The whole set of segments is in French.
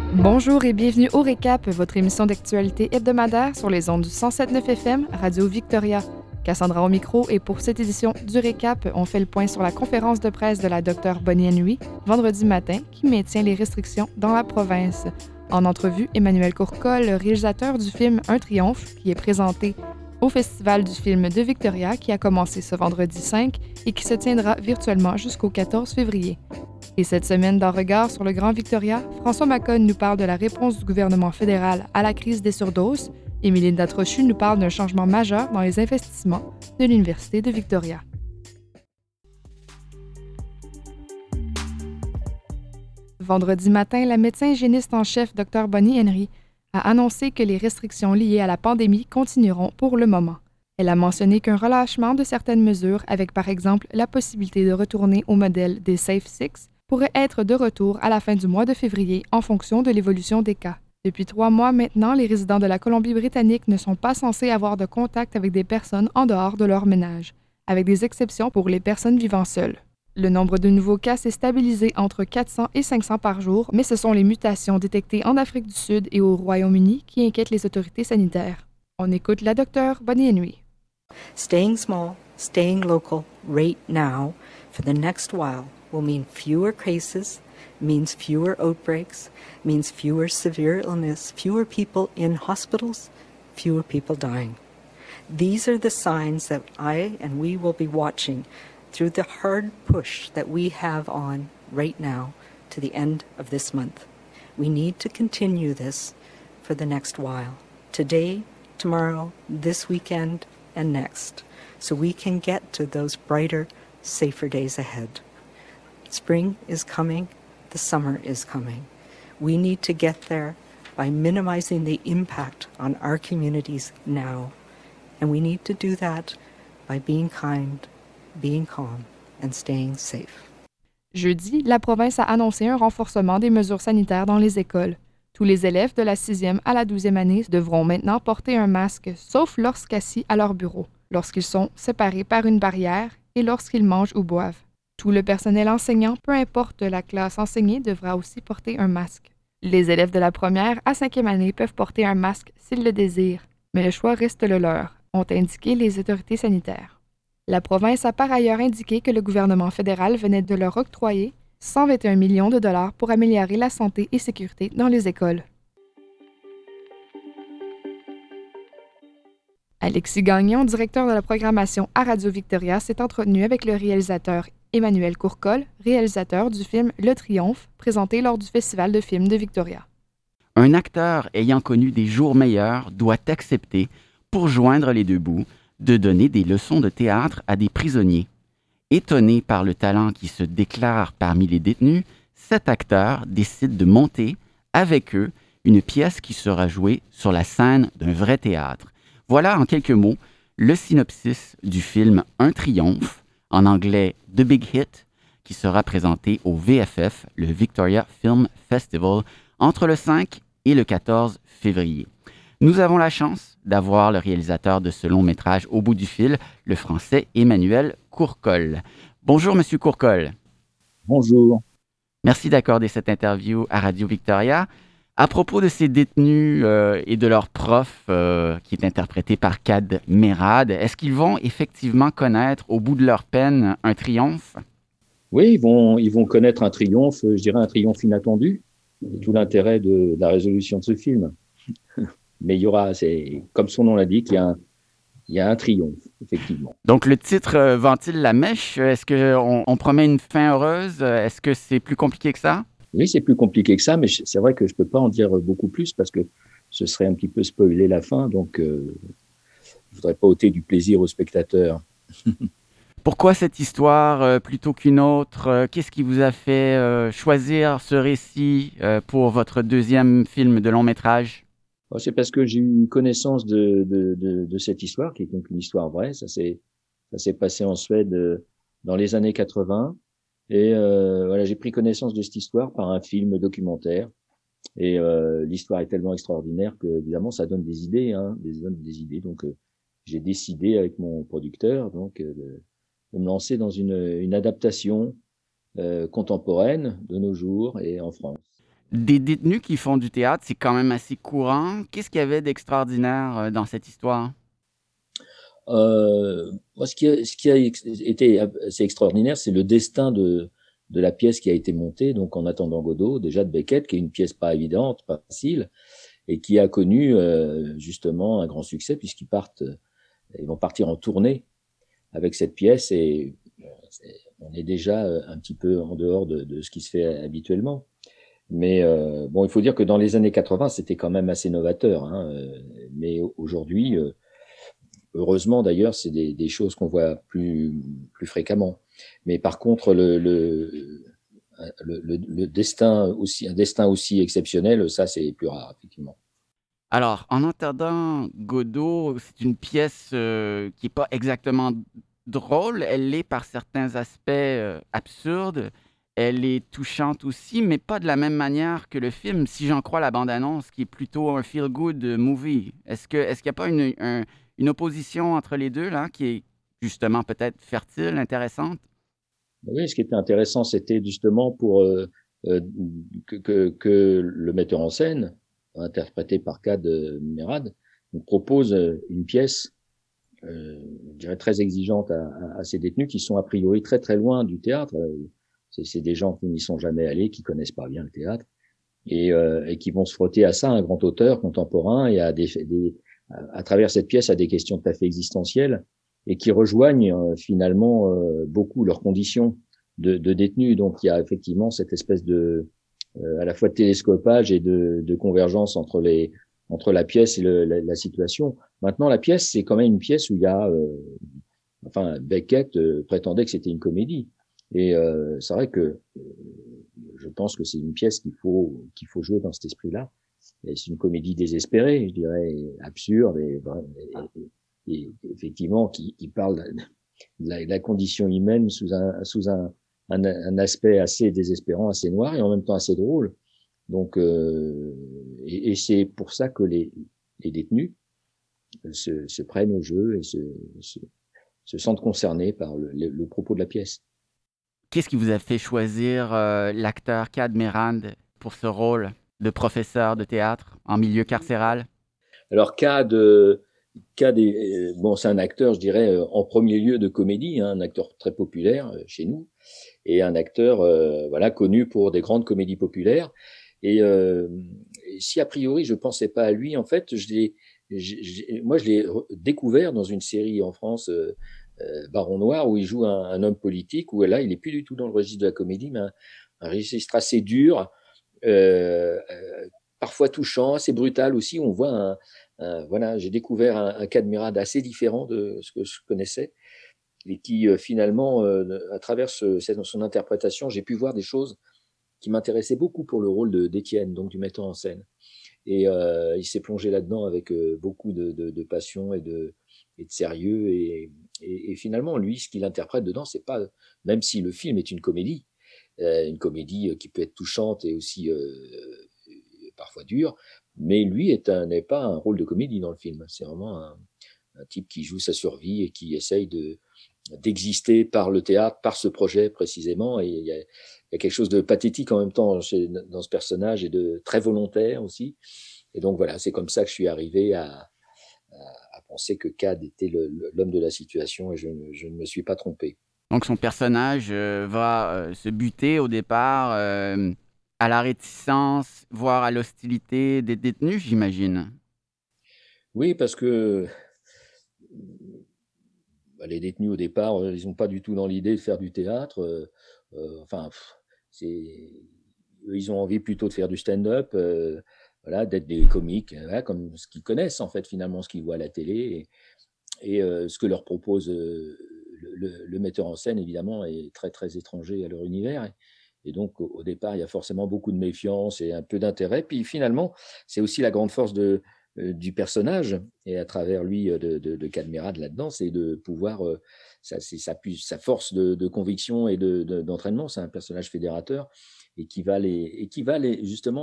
Bonjour et bienvenue au Récap, votre émission d'actualité hebdomadaire sur les ondes du 107.9 FM, Radio Victoria. Cassandra au micro et pour cette édition du Récap, on fait le point sur la conférence de presse de la Dr Bonnie Henry, vendredi matin, qui maintient les restrictions dans la province. En entrevue, Emmanuel Courcol, réalisateur du film Un triomphe, qui est présenté au Festival du film de Victoria, qui a commencé ce vendredi 5 et qui se tiendra virtuellement jusqu'au 14 février. Et cette semaine, dans Regard sur le Grand Victoria, François Maconne nous parle de la réponse du gouvernement fédéral à la crise des surdoses et Mélinda Trochu nous parle d'un changement majeur dans les investissements de l'Université de Victoria. Vendredi matin, la médecin hygiéniste en chef Dr Bonnie Henry a annoncé que les restrictions liées à la pandémie continueront pour le moment. Elle a mentionné qu'un relâchement de certaines mesures, avec par exemple la possibilité de retourner au modèle des Safe Six, pourrait être de retour à la fin du mois de février en fonction de l'évolution des cas. Depuis 3 mois maintenant, les résidents de la Colombie-Britannique ne sont pas censés avoir de contact avec des personnes en dehors de leur ménage, avec des exceptions pour les personnes vivant seules. Le nombre de nouveaux cas s'est stabilisé entre 400 et 500 par jour, mais ce sont les mutations détectées en Afrique du Sud et au Royaume-Uni qui inquiètent les autorités sanitaires. On écoute la Dr Bonnie Henry. Staying small, staying local right now for the next while will mean fewer cases, means fewer outbreaks, means fewer severe illness, fewer people in hospitals, fewer people dying. These are the signs that I and we will be watching through the hard push that we have on right now to the end of this month. We need to continue this for the next while. Today, tomorrow, this weekend, and next, so we can get to those brighter, safer days ahead. Spring is coming, the summer is coming. We need to get there by minimizing the impact on our communities now. And we need to do that by being kind, being calm, and staying safe. Jeudi, la province a annoncé un renforcement des mesures sanitaires dans les écoles. Tous les élèves de la 6e à la 12e année devront maintenant porter un masque, sauf lorsqu'assis à leur bureau, lorsqu'ils sont séparés par une barrière et lorsqu'ils mangent ou boivent. Tout le personnel enseignant, peu importe la classe enseignée, devra aussi porter un masque. Les élèves de la 1e à 5e année peuvent porter un masque s'ils le désirent, mais le choix reste le leur, ont indiqué les autorités sanitaires. La province a par ailleurs indiqué que le gouvernement fédéral venait de leur octroyer 121 millions de dollars pour améliorer la santé et sécurité dans les écoles. Alexis Gagnon, directeur de la programmation à Radio Victoria, s'est entretenu avec le réalisateur Emmanuel Courcol, réalisateur du film Le Triomphe, présenté lors du Festival de films de Victoria. Un acteur ayant connu des jours meilleurs doit accepter, pour joindre les deux bouts, de donner des leçons de théâtre à des prisonniers. Étonné par le talent qui se déclare parmi les détenus, cet acteur décide de monter, avec eux, une pièce qui sera jouée sur la scène d'un vrai théâtre. Voilà en quelques mots le synopsis du film Un triomphe, en anglais The Big Hit, qui sera présenté au VFF, le Victoria Film Festival, entre le 5 et le 14 février. Nous avons la chance d'avoir le réalisateur de ce long métrage au bout du fil, le Français Emmanuel Courcol. Bonjour, Monsieur Courcol. Bonjour. Merci d'accorder cette interview à Radio Victoria. À propos de ces détenus et de leur prof, qui est interprété par Kad Merad, est-ce qu'ils vont effectivement connaître au bout de leur peine un triomphe? Oui, ils vont connaître un triomphe, je dirais un triomphe inattendu. C'est tout l'intérêt de la résolution de ce film. Mais il y aura, comme son nom l'indique, il y a un triomphe, effectivement. Donc le titre ventile la mèche. Est-ce qu'on promet une fin heureuse? Est-ce que c'est plus compliqué que ça? Oui, c'est plus compliqué que ça, mais c'est vrai que je peux pas en dire beaucoup plus parce que ce serait un petit peu spoiler la fin, donc je voudrais pas ôter du plaisir aux spectateurs. Pourquoi cette histoire plutôt qu'une autre? Qu'est-ce qui vous a fait choisir ce récit pour votre deuxième film de long métrage? C'est parce que j'ai eu connaissance de cette histoire, qui est donc une histoire vraie. Ça s'est passé en Suède dans les années 80. Et voilà, j'ai pris connaissance de cette histoire par un film documentaire. Et l'histoire est tellement extraordinaire que, évidemment, ça donne des idées, des idées. Donc, j'ai décidé avec mon producteur, de me lancer dans une adaptation contemporaine de nos jours et en France. Des détenus qui font du théâtre, c'est quand même assez courant. Qu'est-ce qu'il y avait d'extraordinaire dans cette histoire? Moi, ce qui a été assez extraordinaire, c'est le destin de la pièce qui a été montée, donc En attendant Godot, déjà de Beckett, qui est une pièce pas évidente, pas facile, et qui a connu justement un grand succès ils vont partir en tournée avec cette pièce et on est déjà un petit peu en dehors de ce qui se fait habituellement. Mais bon, il faut dire que dans les années 80, c'était quand même assez novateur. Hein, mais aujourd'hui, heureusement d'ailleurs, c'est des choses qu'on voit plus fréquemment. Mais par contre, le destin aussi, un destin aussi exceptionnel, ça c'est plus rare effectivement. Alors, En attendant Godot, c'est une pièce qui n'est pas exactement drôle. Elle l'est par certains aspects absurdes. Elle est touchante aussi, mais pas de la même manière que le film, si j'en crois la bande-annonce, qui est plutôt un feel-good movie. Est-ce qu'il n'y a pas une opposition entre les deux, là, qui est justement peut-être fertile, intéressante? Oui, ce qui était intéressant, c'était justement pour euh, que le metteur en scène, interprété par Kad Merad, nous propose une pièce, je dirais très exigeante à ces détenus qui sont a priori très très loin du théâtre. C'est des gens qui n'y sont jamais allés, qui connaissent pas bien le théâtre et qui vont se frotter à ça, un grand auteur contemporain et à travers cette pièce à des questions tout à fait existentielles et qui rejoignent finalement beaucoup leurs conditions de détenus. Donc il y a effectivement cette espèce de à la fois de télescopage et de convergence entre la pièce et la situation. Maintenant, la pièce, c'est quand même une pièce où il y a, enfin, Beckett prétendait que c'était une comédie. Et c'est vrai que je pense que c'est une pièce qu'il faut jouer dans cet esprit-là. Et c'est une comédie désespérée, je dirais, absurde et effectivement qui parle de la condition humaine sous un aspect assez désespérant, assez noir et en même temps assez drôle. Donc, et c'est pour ça que les détenus se prennent au jeu et se sentent concernés par le propos de la pièce. Qu'est-ce qui vous a fait choisir l'acteur Kad Merad pour ce rôle de professeur de théâtre en milieu carcéral? Alors, bon, c'est un acteur, je dirais, en premier lieu de comédie, hein, un acteur très populaire chez nous, et un acteur, voilà, connu pour des grandes comédies populaires. Et si a priori je pensais pas à lui, en fait, moi je l'ai découvert dans une série en France, Baron Noir, où il joue un homme politique, où là il est plus du tout dans le registre de la comédie, mais un registre assez dur, parfois touchant, assez brutal aussi. On voit voilà, j'ai découvert un cas de Mirade assez différent de ce que je connaissais et qui finalement, à travers son interprétation, j'ai pu voir des choses qui m'intéressait beaucoup pour le rôle d'Étienne, donc du metteur en scène. Et il s'est plongé là-dedans avec beaucoup de passion et de sérieux. Et finalement, lui, ce qu'il interprète dedans, c'est pas, même si le film est une comédie qui peut être touchante et aussi parfois dure, mais lui n'est pas un rôle de comédie dans le film. C'est vraiment un type qui joue sa survie et qui essaye d'exister par le théâtre, par ce projet précisément. Et il y a quelque chose de pathétique en même temps dans ce personnage et de très volontaire aussi. Et donc voilà, c'est comme ça que je suis arrivé à penser que Cad était l'homme de la situation et je ne me suis pas trompé. Donc son personnage va se buter au départ à la réticence, voire à l'hostilité des détenus, j'imagine. Oui, parce que les détenus au départ, ils n'ont pas du tout dans l'idée de faire du théâtre. Enfin, ils ont envie plutôt de faire du stand-up, voilà, d'être des comiques, voilà, comme ce qu'ils connaissent en fait finalement, ce qu'ils voient à la télé et ce que leur propose le metteur en scène évidemment est très très étranger à leur univers. Et donc au départ, il y a forcément beaucoup de méfiance et un peu d'intérêt. Puis finalement, c'est aussi la grande force du personnage et à travers lui de Cadmerade là-dedans, c'est de pouvoir, c'est sa force de conviction et d'entraînement. C'est un personnage fédérateur et qui va justement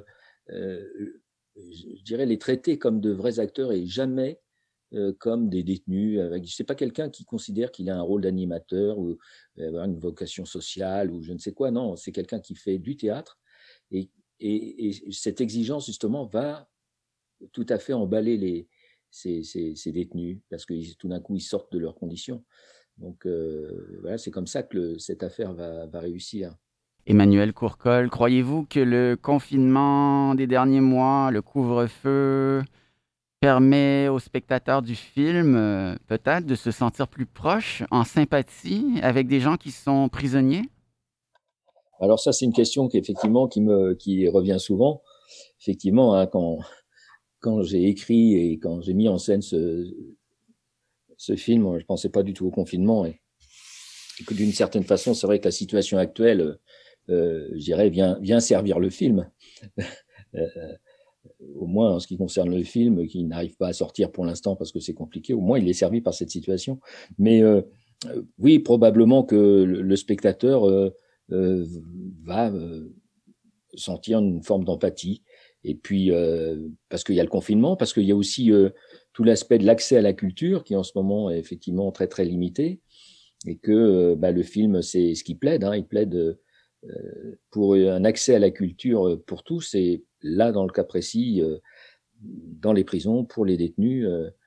je dirais les traiter comme de vrais acteurs et jamais comme des détenus. C'est pas quelqu'un qui considère qu'il a un rôle d'animateur ou avoir une vocation sociale ou je ne sais quoi. Non, c'est quelqu'un qui fait du théâtre et et cette exigence, justement, va tout à fait emballer ces détenus, parce que tout d'un coup, ils sortent de leurs conditions. Donc, voilà, c'est comme ça que cette affaire va réussir. Emmanuel Courcol, croyez-vous que le confinement des derniers mois, le couvre-feu, permet aux spectateurs du film peut-être de se sentir plus proches, en sympathie avec des gens qui sont prisonniers? Alors ça, c'est une question qui revient souvent. Effectivement, hein, quand j'ai écrit et quand j'ai mis en scène ce film, je pensais pas du tout au confinement, et que d'une certaine façon, c'est vrai que la situation actuelle, je dirais, vient servir le film. Au moins en ce qui concerne le film, qui n'arrive pas à sortir pour l'instant parce que c'est compliqué, au moins il est servi par cette situation. Mais oui, probablement que le spectateur va sentir une forme d'empathie. Et puis, parce qu'il y a le confinement, parce qu'il y a aussi tout l'aspect de l'accès à la culture qui en ce moment est effectivement très très limité, et que le film, c'est ce qu'il plaide, hein, il plaide pour un accès à la culture pour tous, et là, dans le cas précis, dans les prisons, pour les détenus,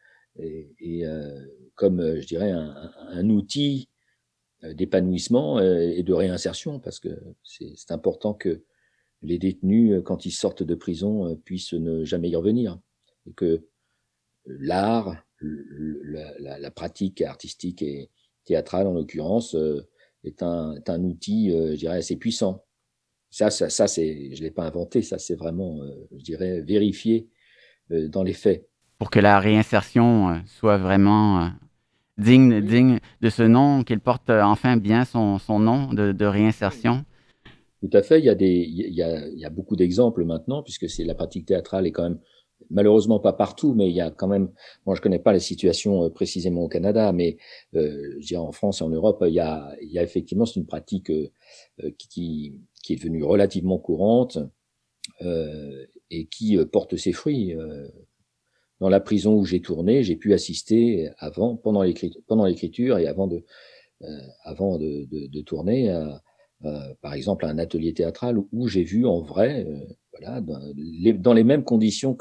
comme, je dirais, un outil d'épanouissement et de réinsertion, parce que c'est important que les détenus, quand ils sortent de prison, puissent ne jamais y revenir, et que l'art, la pratique artistique et théâtrale, en l'occurrence, est un outil, je dirais, assez puissant. Ça c'est, je l'ai pas inventé, ça c'est vraiment, je dirais, vérifié dans les faits. Pour que la réinsertion soit vraiment digne de ce nom, qu'il porte enfin bien son nom de réinsertion. Tout à fait, il y a beaucoup d'exemples maintenant, puisque la pratique théâtrale est quand même, malheureusement pas partout, mais il y a quand même, moi je connais pas la situation précisément au Canada, mais je dirais en France et en Europe, il y a effectivement, c'est une pratique qui est devenue relativement courante et qui porte ses fruits. Dans la prison où j'ai tourné, j'ai pu assister pendant l'écriture et avant de tourner, par exemple, à un atelier théâtral où j'ai vu en vrai, voilà, dans les mêmes conditions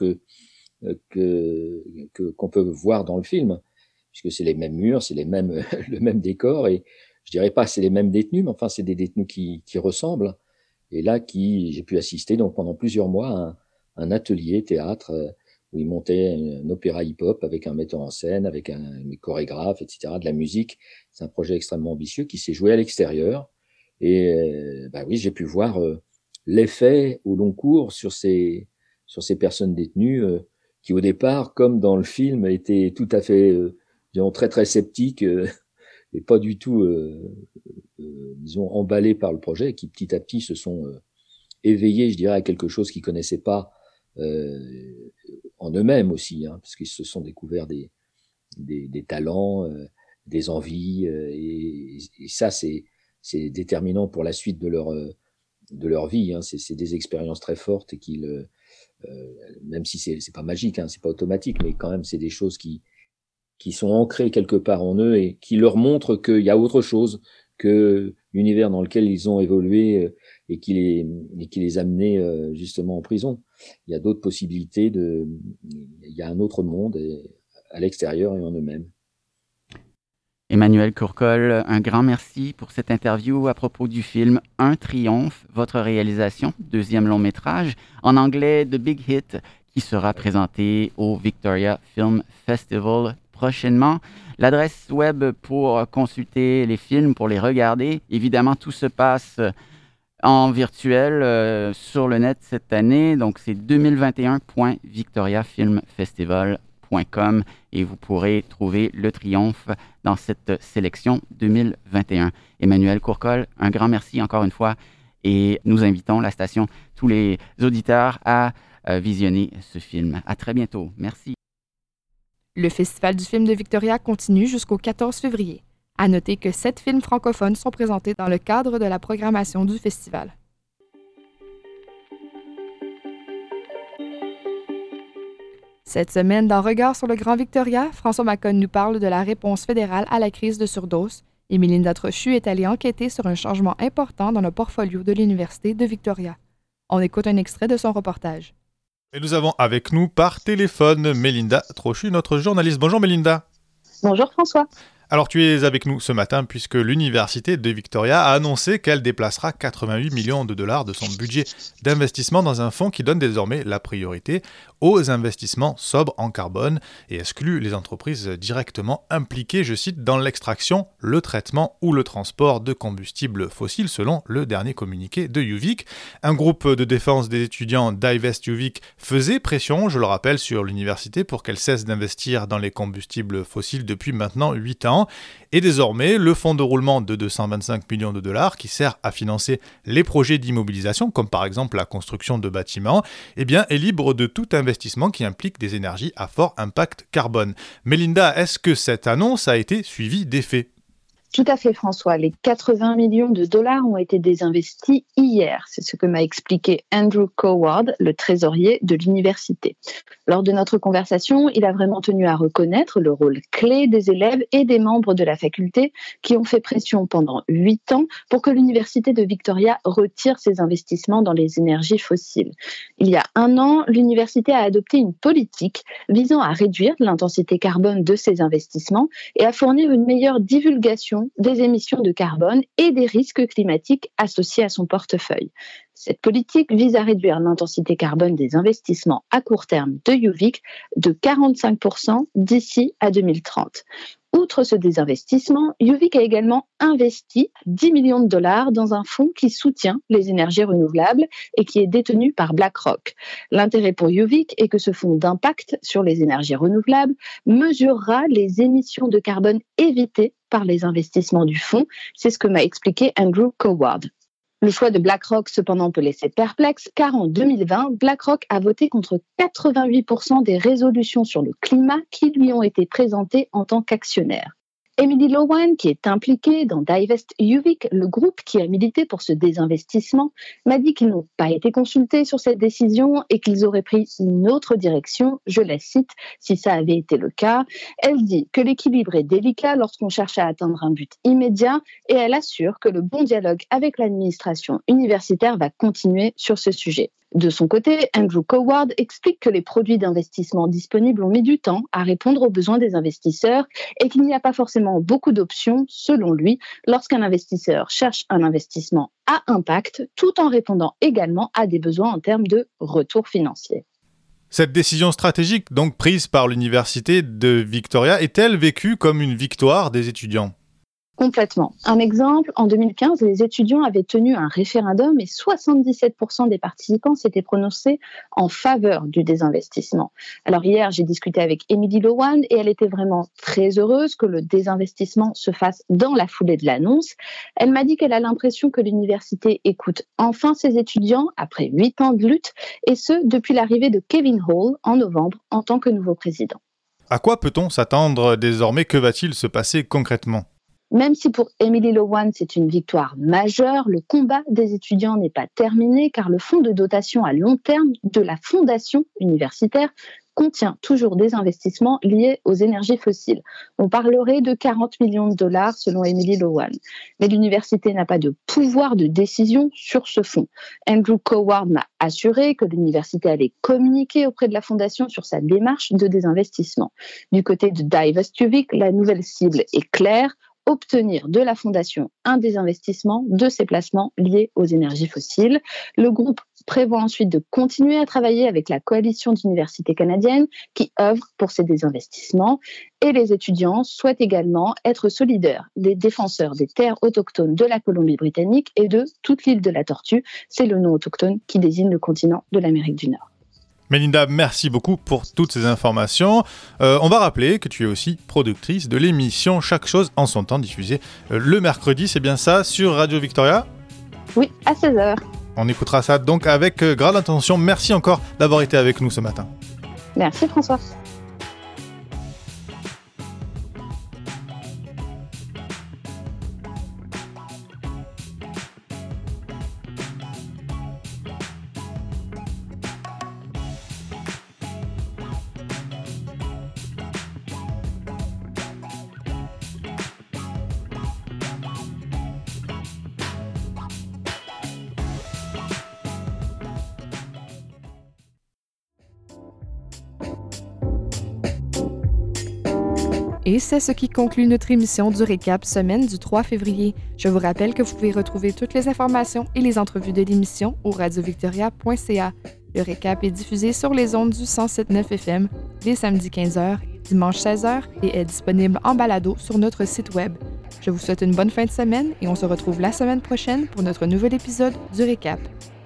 qu'on peut voir dans le film, puisque c'est les mêmes murs, c'est le même décor, et je dirais pas c'est les mêmes détenus, mais enfin c'est des détenus qui ressemblent. Et là, j'ai pu assister donc pendant plusieurs mois à un atelier théâtre où ils montaient un opéra hip-hop avec un metteur en scène, avec un chorégraphe, etc., de la musique. C'est un projet extrêmement ambitieux qui s'est joué à l'extérieur. Et oui, j'ai pu voir l'effet au long cours sur ces personnes détenues qui, au départ, comme dans le film, étaient tout à fait, disons, très très sceptiques et pas du tout, disons, emballés par le projet, qui petit à petit se sont éveillés, je dirais, à quelque chose qu'ils connaissaient pas en eux-mêmes aussi, hein, parce qu'ils se sont découverts des talents, des envies, et ça c'est déterminant pour la suite de leur vie, hein. C'est des expériences très fortes et même si c'est pas magique, hein, c'est pas automatique, mais quand même c'est des choses qui sont ancrées quelque part en eux et qui leur montrent qu'il y a autre chose que l'univers dans lequel ils ont évolué et qui les amenait justement en prison. Il y a d'autres possibilités, il y a un autre monde à l'extérieur et en eux-mêmes. Emmanuel Courcol, un grand merci pour cette interview à propos du film Un Triomphe, votre réalisation, deuxième long métrage, en anglais The Big Hit, qui sera présenté au Victoria Film Festival prochainement. L'adresse web pour consulter les films, pour les regarder, évidemment tout se passe en virtuel sur le net cette année, donc c'est 2021.victoriafilmfestival.com et vous pourrez trouver Le Triomphe dans cette sélection 2021. Emmanuel Courcol, un grand merci encore une fois et nous invitons la station, tous les auditeurs à visionner ce film. À très bientôt. Merci. Le Festival du film de Victoria continue jusqu'au 14 février. À noter que 7 films francophones sont présentés dans le cadre de la programmation du festival. Cette semaine, dans Regard sur le Grand Victoria, François Macon nous parle de la réponse fédérale à la crise de surdose et Mélinda Trochu est allée enquêter sur un changement important dans le portfolio de l'Université de Victoria. On écoute un extrait de son reportage. Et nous avons avec nous par téléphone Mélinda Trochu, notre journaliste. Bonjour Mélinda. Bonjour François. Alors tu es avec nous ce matin puisque l'Université de Victoria a annoncé qu'elle déplacera 88 millions de dollars de son budget d'investissement dans un fonds qui donne désormais la priorité aux investissements sobres en carbone et exclut les entreprises directement impliquées, je cite, dans l'extraction, le traitement ou le transport de combustibles fossiles selon le dernier communiqué de UVic. Un groupe de défense des étudiants Divest UVic faisait pression, je le rappelle, sur l'université pour qu'elle cesse d'investir dans les combustibles fossiles depuis maintenant 8 ans. Et désormais, le fonds de roulement de 225 millions de dollars qui sert à financer les projets d'immobilisation, comme par exemple la construction de bâtiments, eh bien, est libre de tout investissement qui implique des énergies à fort impact carbone. Mélinda, est-ce que cette annonce a été suivie d'effet ? Tout à fait François, les 80 millions de dollars ont été désinvestis hier. C'est ce que m'a expliqué Andrew Coward, le trésorier de l'université. Lors de notre conversation, il a vraiment tenu à reconnaître le rôle clé des élèves et des membres de la faculté qui ont fait pression pendant 8 ans pour que l'Université de Victoria retire ses investissements dans les énergies fossiles. Il y a 1 an, l'université a adopté une politique visant à réduire l'intensité carbone de ses investissements et à fournir une meilleure divulgation des émissions de carbone et des risques climatiques associés à son portefeuille. Cette politique vise à réduire l'intensité carbone des investissements à court terme de UVic de 45% d'ici à 2030. Outre ce désinvestissement, UVic a également investi 10 millions de dollars dans un fonds qui soutient les énergies renouvelables et qui est détenu par BlackRock. L'intérêt pour UVic est que ce fonds d'impact sur les énergies renouvelables mesurera les émissions de carbone évitées par les investissements du fonds. C'est ce que m'a expliqué Andrew Coward. Le choix de BlackRock, cependant, peut laisser perplexe, car en 2020, BlackRock a voté contre 88% des résolutions sur le climat qui lui ont été présentées en tant qu'actionnaire. Emily Lowan, qui est impliquée dans Divest UVic, le groupe qui a milité pour ce désinvestissement, m'a dit qu'ils n'ont pas été consultés sur cette décision et qu'ils auraient pris une autre direction, je la cite, si ça avait été le cas. Elle dit que l'équilibre est délicat lorsqu'on cherche à atteindre un but immédiat et elle assure que le bon dialogue avec l'administration universitaire va continuer sur ce sujet. De son côté, Andrew Coward explique que les produits d'investissement disponibles ont mis du temps à répondre aux besoins des investisseurs et qu'il n'y a pas forcément beaucoup d'options, selon lui, lorsqu'un investisseur cherche un investissement à impact, tout en répondant également à des besoins en termes de retour financier. Cette décision stratégique, donc prise par l'Université de Victoria, est-elle vécue comme une victoire des étudiants ? Complètement. Un exemple, en 2015, les étudiants avaient tenu un référendum et 77% des participants s'étaient prononcés en faveur du désinvestissement. Alors hier, j'ai discuté avec Emily Lowan et elle était vraiment très heureuse que le désinvestissement se fasse dans la foulée de l'annonce. Elle m'a dit qu'elle a l'impression que l'université écoute enfin ses étudiants après 8 ans de lutte et ce, depuis l'arrivée de Kevin Hall en novembre en tant que nouveau président. À quoi peut-on s'attendre désormais ? Que va-t-il se passer concrètement ? Même si pour Emily Lowan, c'est une victoire majeure, le combat des étudiants n'est pas terminé car le fonds de dotation à long terme de la fondation universitaire contient toujours des investissements liés aux énergies fossiles. On parlerait de 40 millions de dollars selon Emily Lowan. Mais l'université n'a pas de pouvoir de décision sur ce fonds. Andrew Coward m'a assuré que l'université allait communiquer auprès de la fondation sur sa démarche de désinvestissement. Du côté de Divest UVic, la nouvelle cible est claire. Obtenir de la Fondation un désinvestissement de ses placements liés aux énergies fossiles. Le groupe prévoit ensuite de continuer à travailler avec la coalition d'universités canadiennes qui œuvre pour ces désinvestissements et les étudiants souhaitent également être solidaires des défenseurs des terres autochtones de la Colombie-Britannique et de toute l'île de la Tortue. C'est le nom autochtone qui désigne le continent de l'Amérique du Nord. Mélinda, merci beaucoup pour toutes ces informations. On va rappeler que tu es aussi productrice de l'émission Chaque chose en son temps, diffusée le mercredi, c'est bien ça, sur Radio Victoria ? Oui, à 16h. On écoutera ça donc avec grande attention. Merci encore d'avoir été avec nous ce matin. Merci François. Et c'est ce qui conclut notre émission du Récap semaine du 3 février. Je vous rappelle que vous pouvez retrouver toutes les informations et les entrevues de l'émission au radiovictoria.ca. Le Récap est diffusé sur les ondes du 107.9 FM les samedis 15h, dimanche 16h et est disponible en balado sur notre site web. Je vous souhaite une bonne fin de semaine et on se retrouve la semaine prochaine pour notre nouvel épisode du Récap.